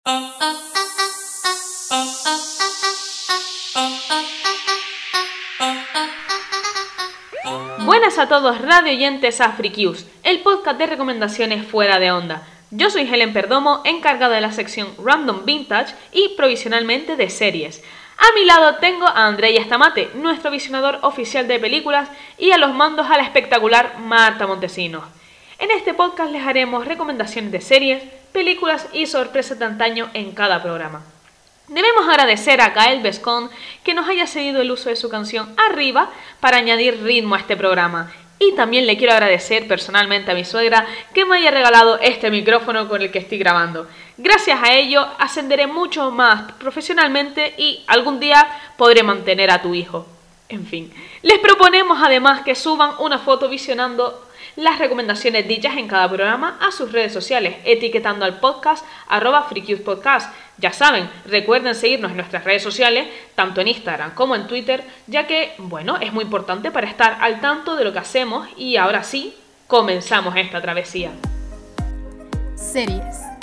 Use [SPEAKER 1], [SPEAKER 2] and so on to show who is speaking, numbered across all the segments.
[SPEAKER 1] Buenas a todos radio oyentes a Freakius, el podcast de recomendaciones fuera de onda. Yo soy Helen Perdomo, encargada de la sección Random Vintage y provisionalmente de series. A mi lado tengo a Andrei Estamate, nuestro visionador oficial de películas, y a los mandos a la espectacular Marta Montesinos. En este podcast les haremos recomendaciones de series, películas y sorpresas de antaño en cada programa. Debemos agradecer a Gael Bescon que nos haya cedido el uso de su canción Arriba para añadir ritmo a este programa. Y también le quiero agradecer personalmente a mi suegra que me haya regalado este micrófono con el que estoy grabando. Gracias a ello ascenderé mucho más profesionalmente y algún día podré mantener a tu hijo. En fin, les proponemos además que suban una foto visionando las recomendaciones dichas en cada programa a sus redes sociales, etiquetando al podcast @freakiuspodcast. Ya saben, recuerden seguirnos en nuestras redes sociales, tanto en Instagram como en Twitter, ya que, es muy importante para estar al tanto de lo que hacemos. Y ahora sí, comenzamos esta travesía.
[SPEAKER 2] Series.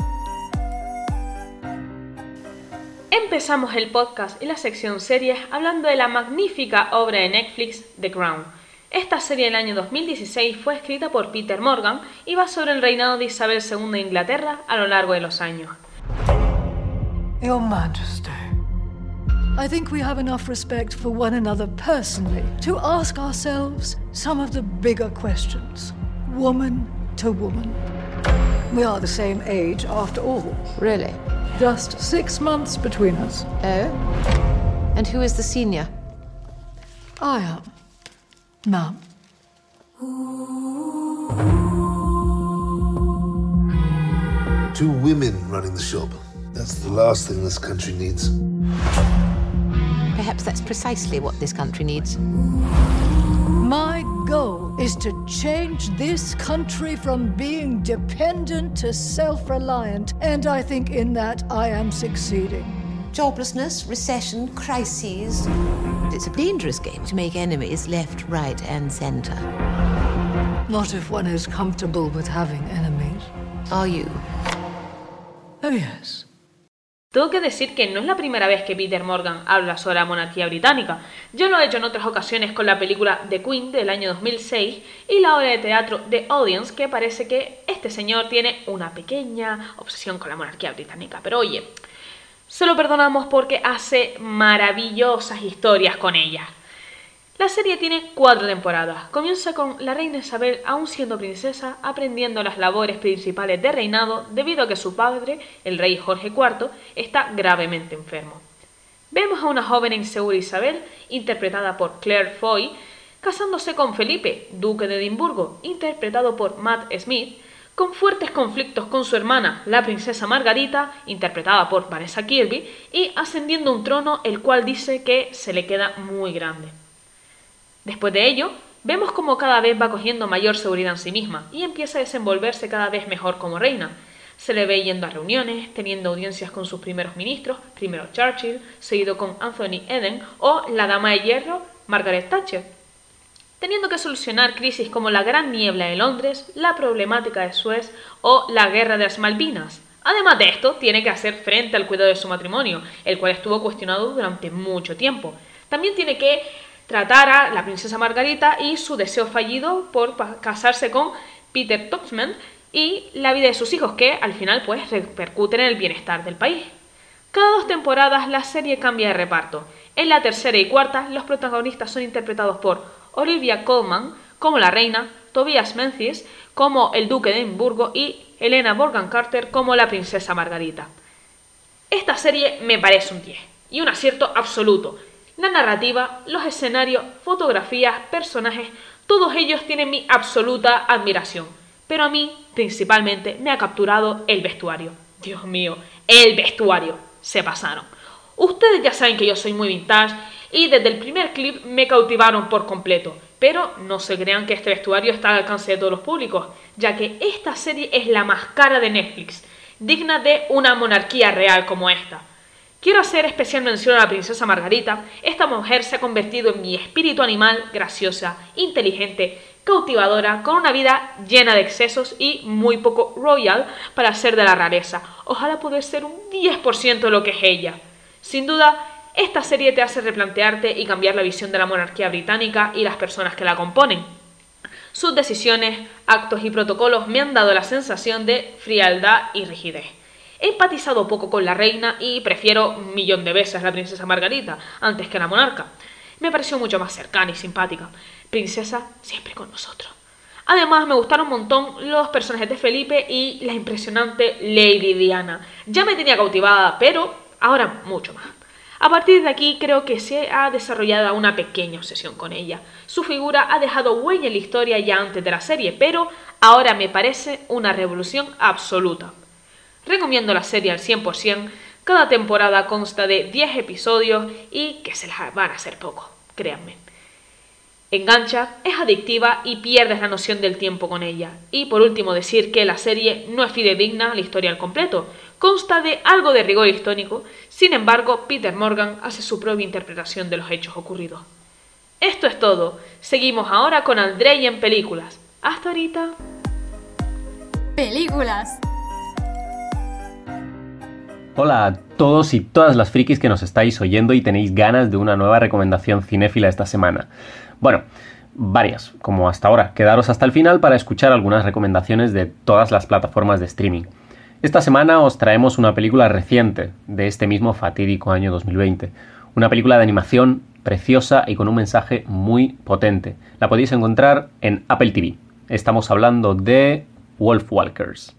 [SPEAKER 1] Empezamos el podcast y la sección series hablando de la magnífica obra de Netflix, The Crown. Esta serie del año 2016 fue escrita por Peter Morgan y va sobre el reinado de Isabel II de Inglaterra a lo largo de los años.
[SPEAKER 3] Your Majesty, I think we have enough respect for one another personally to ask ourselves some of the bigger questions, woman to woman. We are the same age after all.
[SPEAKER 4] Really?
[SPEAKER 3] Just 6 months between us.
[SPEAKER 4] Oh? And who is the senior?
[SPEAKER 3] I am. Ma'am.
[SPEAKER 5] Two women running the shop. That's the last thing this country needs.
[SPEAKER 4] Perhaps that's precisely what this country needs.
[SPEAKER 3] My goal is to change this country from being dependent to self-reliant, and I think in that I am succeeding.
[SPEAKER 4] Joblessness, recession, crises. It's a dangerous game to make enemies left, right, and center.
[SPEAKER 3] Not if one is comfortable with having enemies.
[SPEAKER 4] Are you?
[SPEAKER 3] Oh, yes.
[SPEAKER 1] Tengo que decir que no es la primera vez que Peter Morgan habla sobre la monarquía británica. Ya lo ha hecho en otras ocasiones con la película The Queen del año 2006 y la obra de teatro The Audience, que parece que este señor tiene una pequeña obsesión con la monarquía británica. Pero oye, se lo perdonamos porque hace maravillosas historias con ella. La serie tiene 4 temporadas. Comienza con la reina Isabel, aún siendo princesa, aprendiendo las labores principales de reinado debido a que su padre, el rey Jorge IV, está gravemente enfermo. Vemos a una joven e insegura Isabel, interpretada por Claire Foy, casándose con Felipe, duque de Edimburgo, interpretado por Matt Smith, con fuertes conflictos con su hermana, la princesa Margarita, interpretada por Vanessa Kirby, y ascendiendo a un trono el cual dice que se le queda muy grande. Después de ello, vemos como cada vez va cogiendo mayor seguridad en sí misma y empieza a desenvolverse cada vez mejor como reina. Se le ve yendo a reuniones, teniendo audiencias con sus primeros ministros, primero Churchill, seguido con Anthony Eden o la dama de hierro, Margaret Thatcher. Teniendo que solucionar crisis como la Gran Niebla de Londres, la problemática de Suez o la Guerra de las Malvinas. Además de esto, tiene que hacer frente al cuidado de su matrimonio, el cual estuvo cuestionado durante mucho tiempo. También tiene que tratar a la princesa Margarita y su deseo fallido por casarse con Peter Topsman y la vida de sus hijos, que al final repercuten en el bienestar del país. Cada 2 temporadas la serie cambia de reparto. En la tercera y cuarta los protagonistas son interpretados por Olivia Colman como la reina, Tobias Menzies como el duque de Edimburgo y Helena Bonham Carter como la princesa Margarita. Esta serie me parece un 10 y un acierto absoluto. La narrativa, los escenarios, fotografías, personajes, todos ellos tienen mi absoluta admiración. Pero a mí, principalmente, me ha capturado el vestuario. Dios mío, el vestuario. Se pasaron. Ustedes ya saben que yo soy muy vintage y desde el primer clip me cautivaron por completo. Pero no se crean que este vestuario está al alcance de todos los públicos, ya que esta serie es la más cara de Netflix, digna de una monarquía real como esta. Quiero hacer especial mención a la princesa Margarita. Esta mujer se ha convertido en mi espíritu animal, graciosa, inteligente, cautivadora, con una vida llena de excesos y muy poco royal para ser de la rareza. Ojalá poder ser un 10% de lo que es ella. Sin duda, esta serie te hace replantearte y cambiar la visión de la monarquía británica y las personas que la componen. Sus decisiones, actos y protocolos me han dado la sensación de frialdad y rigidez. He empatizado poco con la reina y prefiero 1.000.000 de veces a la princesa Margarita antes que a la monarca. Me pareció mucho más cercana y simpática. Princesa siempre con nosotros. Además, me gustaron un montón los personajes de Felipe y la impresionante Lady Diana. Ya me tenía cautivada, pero ahora mucho más. A partir de aquí creo que se ha desarrollado una pequeña obsesión con ella. Su figura ha dejado huella en la historia ya antes de la serie, pero ahora me parece una revolución absoluta. Recomiendo la serie al 100%, cada temporada consta de 10 episodios y que se las van a hacer poco, créanme. Engancha, es adictiva y pierdes la noción del tiempo con ella. Y por último decir que la serie no es fidedigna a la historia al completo, consta de algo de rigor histórico, sin embargo Peter Morgan hace su propia interpretación de los hechos ocurridos. Esto es todo, seguimos ahora con Andrei en películas. Hasta ahorita.
[SPEAKER 2] Películas.
[SPEAKER 6] Hola a todos y todas las frikis que nos estáis oyendo y tenéis ganas de una nueva recomendación cinéfila esta semana. Bueno, varias, como hasta ahora. Quedaros hasta el final para escuchar algunas recomendaciones de todas las plataformas de streaming. Esta semana os traemos una película reciente de este mismo fatídico año 2020. Una película de animación preciosa y con un mensaje muy potente. La podéis encontrar en Apple TV. Estamos hablando de Wolfwalkers.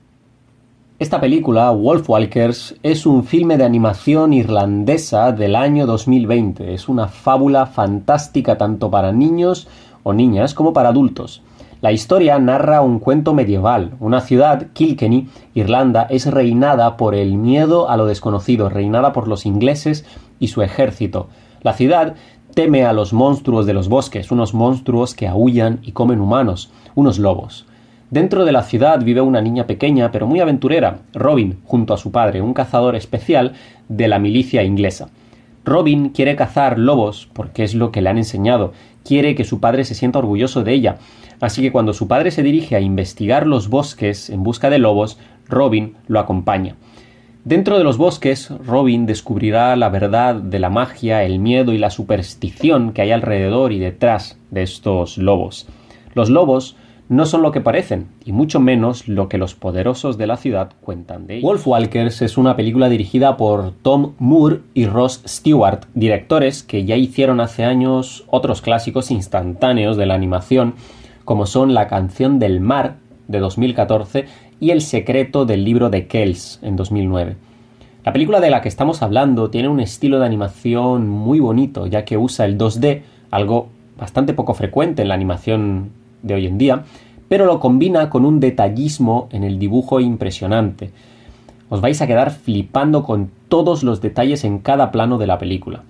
[SPEAKER 6] Esta película, Wolfwalkers, es un filme de animación irlandesa del año 2020. Es una fábula fantástica tanto para niños o niñas como para adultos. La historia narra un cuento medieval. Una ciudad, Kilkenny, Irlanda, es reinada por el miedo a lo desconocido, reinada por los ingleses y su ejército. La ciudad teme a los monstruos de los bosques, unos monstruos que aúllan y comen humanos, unos lobos. Dentro de la ciudad vive una niña pequeña pero muy aventurera, Robin, junto a su padre, un cazador especial de la milicia inglesa. Robin quiere cazar lobos porque es lo que le han enseñado, quiere que su padre se sienta orgulloso de ella, así que cuando su padre se dirige a investigar los bosques en busca de lobos, Robin lo acompaña. Dentro de los bosques, Robin descubrirá la verdad de la magia, el miedo y la superstición que hay alrededor y detrás de estos lobos. Los lobos no son lo que parecen, y mucho menos lo que los poderosos de la ciudad cuentan de ellos. Wolfwalkers es una película dirigida por Tom Moore y Ross Stewart, directores que ya hicieron hace años otros clásicos instantáneos de la animación, como son La canción del mar, de 2014, y El secreto del libro de Kells, en 2009. La película de la que estamos hablando tiene un estilo de animación muy bonito, ya que usa el 2D, algo bastante poco frecuente en la animación de hoy en día, pero lo combina con un detallismo en el dibujo impresionante. Os vais a quedar flipando con todos los detalles en cada plano de la película.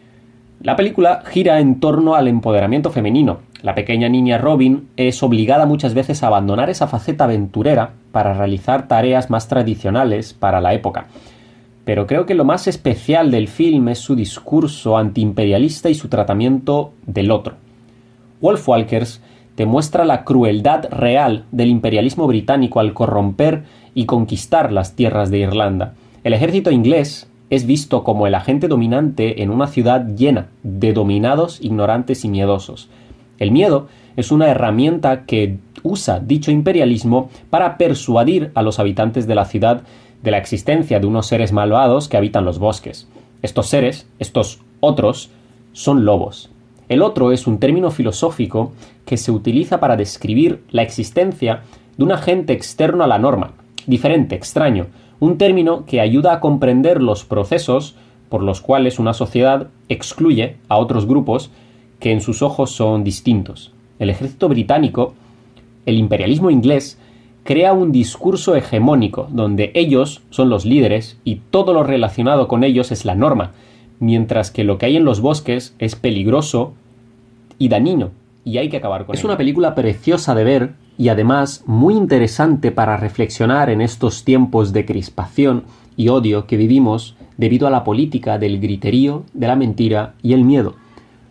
[SPEAKER 6] La película gira en torno al empoderamiento femenino. La pequeña niña Robin es obligada muchas veces a abandonar esa faceta aventurera para realizar tareas más tradicionales para la época. Pero creo que lo más especial del film es su discurso antiimperialista y su tratamiento del otro. Wolfwalkers te muestra la crueldad real del imperialismo británico al corromper y conquistar las tierras de Irlanda. El ejército inglés es visto como el agente dominante en una ciudad llena de dominados, ignorantes y miedosos. El miedo es una herramienta que usa dicho imperialismo para persuadir a los habitantes de la ciudad de la existencia de unos seres malvados que habitan los bosques. Estos seres, estos otros, son lobos. El otro es un término filosófico que se utiliza para describir la existencia de un agente externo a la norma, diferente, extraño, un término que ayuda a comprender los procesos por los cuales una sociedad excluye a otros grupos que en sus ojos son distintos. El ejército británico, el imperialismo inglés, crea un discurso hegemónico donde ellos son los líderes y todo lo relacionado con ellos es la norma, mientras que lo que hay en los bosques es peligroso y dañino, y hay que acabar con ello. Es una película preciosa de ver y además muy interesante para reflexionar en estos tiempos de crispación y odio que vivimos debido a la política del griterío, de la mentira y el miedo.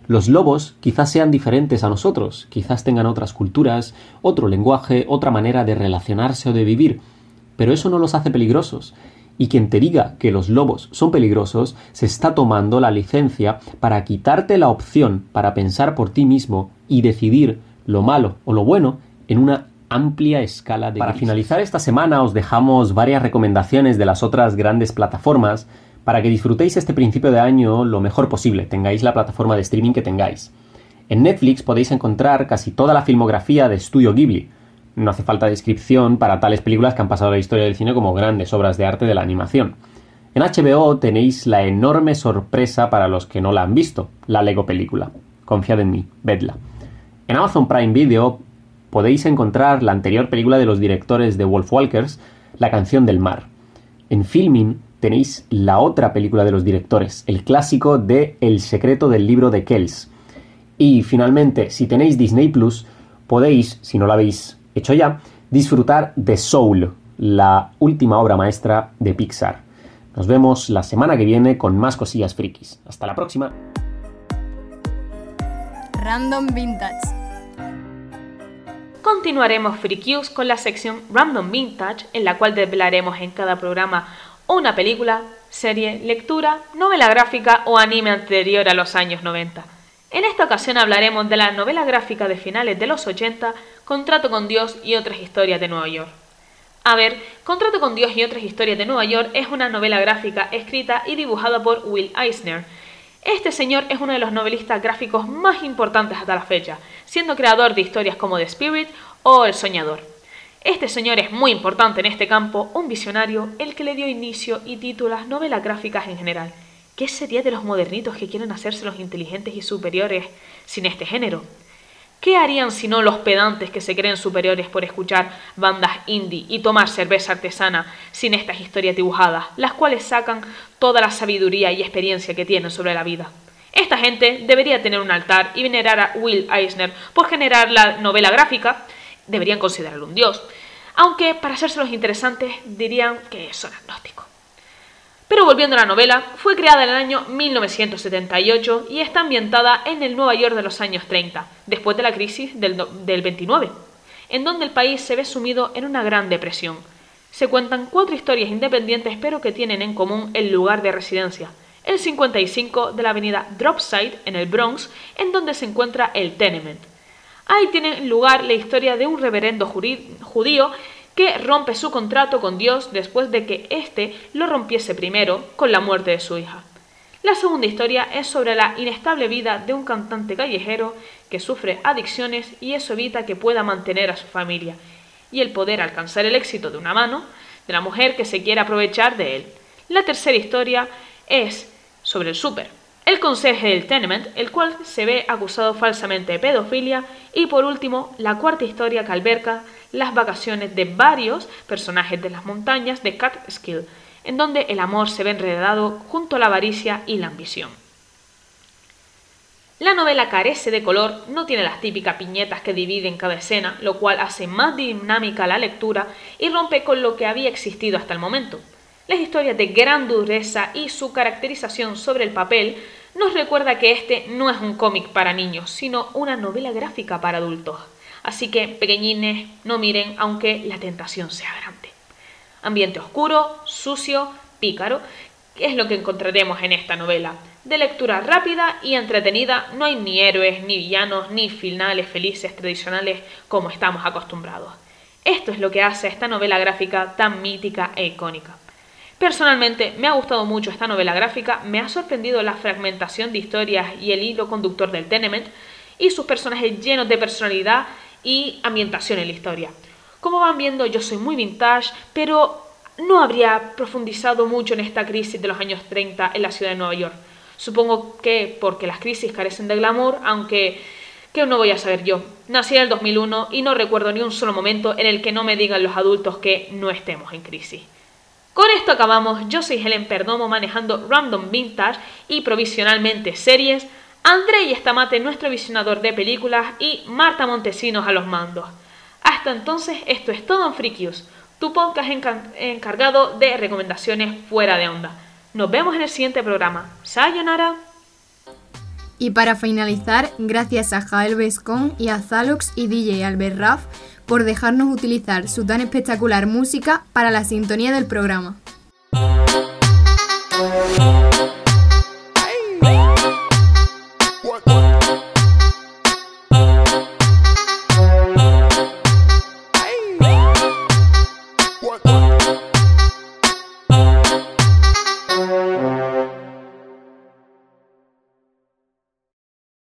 [SPEAKER 6] Los lobos quizás sean diferentes a nosotros, quizás tengan otras culturas, otro lenguaje, otra manera de relacionarse o de vivir, pero eso no los hace peligrosos. Y quien te diga que los lobos son peligrosos se está tomando la licencia para quitarte la opción para pensar por ti mismo y decidir lo malo o lo bueno en una amplia escala de grises. Para finalizar esta semana os dejamos varias recomendaciones de las otras grandes plataformas para que disfrutéis este principio de año lo mejor posible, tengáis la plataforma de streaming que tengáis. En Netflix podéis encontrar casi toda la filmografía de Estudio Ghibli. No hace falta descripción para tales películas que han pasado a la historia del cine como grandes obras de arte de la animación. En HBO tenéis la enorme sorpresa para los que no la han visto, la Lego película. Confiad en mí, vedla. En Amazon Prime Video podéis encontrar la anterior película de los directores de Wolfwalkers, La canción del mar. En Filmin tenéis la otra película de los directores, el clásico de El secreto del libro de Kells. Y finalmente, si tenéis Disney Plus, podéis, si no lo habéis hecho ya, disfrutar de Soul, la última obra maestra de Pixar. Nos vemos la semana que viene con más cosillas frikis. Hasta la próxima.
[SPEAKER 2] Random Vintage.
[SPEAKER 1] Continuaremos Freakius con la sección Random Vintage, en la cual desvelaremos en cada programa una película, serie, lectura, novela gráfica o anime anterior a los años 90. En esta ocasión hablaremos de la novela gráfica de finales de los 80, Contrato con Dios y otras historias de Nueva York. A ver, Contrato con Dios y otras historias de Nueva York es una novela gráfica escrita y dibujada por Will Eisner. Este señor es uno de los novelistas gráficos más importantes hasta la fecha, siendo creador de historias como The Spirit o El Soñador. Este señor es muy importante en este campo, un visionario, el que le dio inicio y título a las novelas gráficas en general. ¿Qué sería de los modernitos que quieren hacerse los inteligentes y superiores sin este género? ¿Qué harían si no los pedantes que se creen superiores por escuchar bandas indie y tomar cerveza artesana sin estas historias dibujadas, las cuales sacan toda la sabiduría y experiencia que tienen sobre la vida? Esta gente debería tener un altar y venerar a Will Eisner por generar la novela gráfica. Deberían considerarlo un dios, aunque para hacerse los interesantes dirían que son agnósticos. Pero volviendo a la novela, fue creada en el año 1978 y está ambientada en el Nueva York de los años 30, después de la crisis del 29, en donde el país se ve sumido en una gran depresión. Se cuentan 4 historias independientes pero que tienen en común el lugar de residencia, el 55 de la avenida Dropside en el Bronx, en donde se encuentra el Tenement. Ahí tiene lugar la historia de un reverendo judío que rompe su contrato con Dios después de que éste lo rompiese primero con la muerte de su hija. La segunda historia es sobre la inestable vida de un cantante callejero que sufre adicciones y eso evita que pueda mantener a su familia, y el poder alcanzar el éxito de una mano de la mujer que se quiere aprovechar de él. La tercera historia es sobre el súper, el conserje del tenement, el cual se ve acusado falsamente de pedofilia, y por último, la cuarta historia que alberga las vacaciones de varios personajes de las montañas de Catskill, en donde el amor se ve enredado junto a la avaricia y la ambición. La novela carece de color, no tiene las típicas viñetas que dividen cada escena, lo cual hace más dinámica la lectura y rompe con lo que había existido hasta el momento. Las historias de gran dureza y su caracterización sobre el papel nos recuerda que este no es un cómic para niños, sino una novela gráfica para adultos. Así que, pequeñines, no miren aunque la tentación sea grande. Ambiente oscuro, sucio, pícaro, es lo que encontraremos en esta novela. De lectura rápida y entretenida, no hay ni héroes, ni villanos, ni finales felices tradicionales como estamos acostumbrados. Esto es lo que hace a esta novela gráfica tan mítica e icónica. Personalmente me ha gustado mucho esta novela gráfica, me ha sorprendido la fragmentación de historias y el hilo conductor del Tenement y sus personajes llenos de personalidad y ambientación en la historia. Como van viendo, yo soy muy vintage, pero no habría profundizado mucho en esta crisis de los años 30 en la ciudad de Nueva York. Supongo que porque las crisis carecen de glamour, aunque ¿qué no voy a saber yo? Nací en el 2001 y no recuerdo ni un solo momento en el que no me digan los adultos que no estemos en crisis. Con esto acabamos. Yo soy Helen Perdomo manejando Random Vintage y provisionalmente series, Andrei Estamate nuestro visionador de películas y Marta Montesinos a los mandos. Hasta entonces esto es todo en Freakius, tu podcast encargado de recomendaciones fuera de onda. Nos vemos en el siguiente programa. Sayonara.
[SPEAKER 2] Y para finalizar, gracias a Jael Bescón y a Zalox y DJ Albert Raff por dejarnos utilizar su tan espectacular música para la sintonía del programa.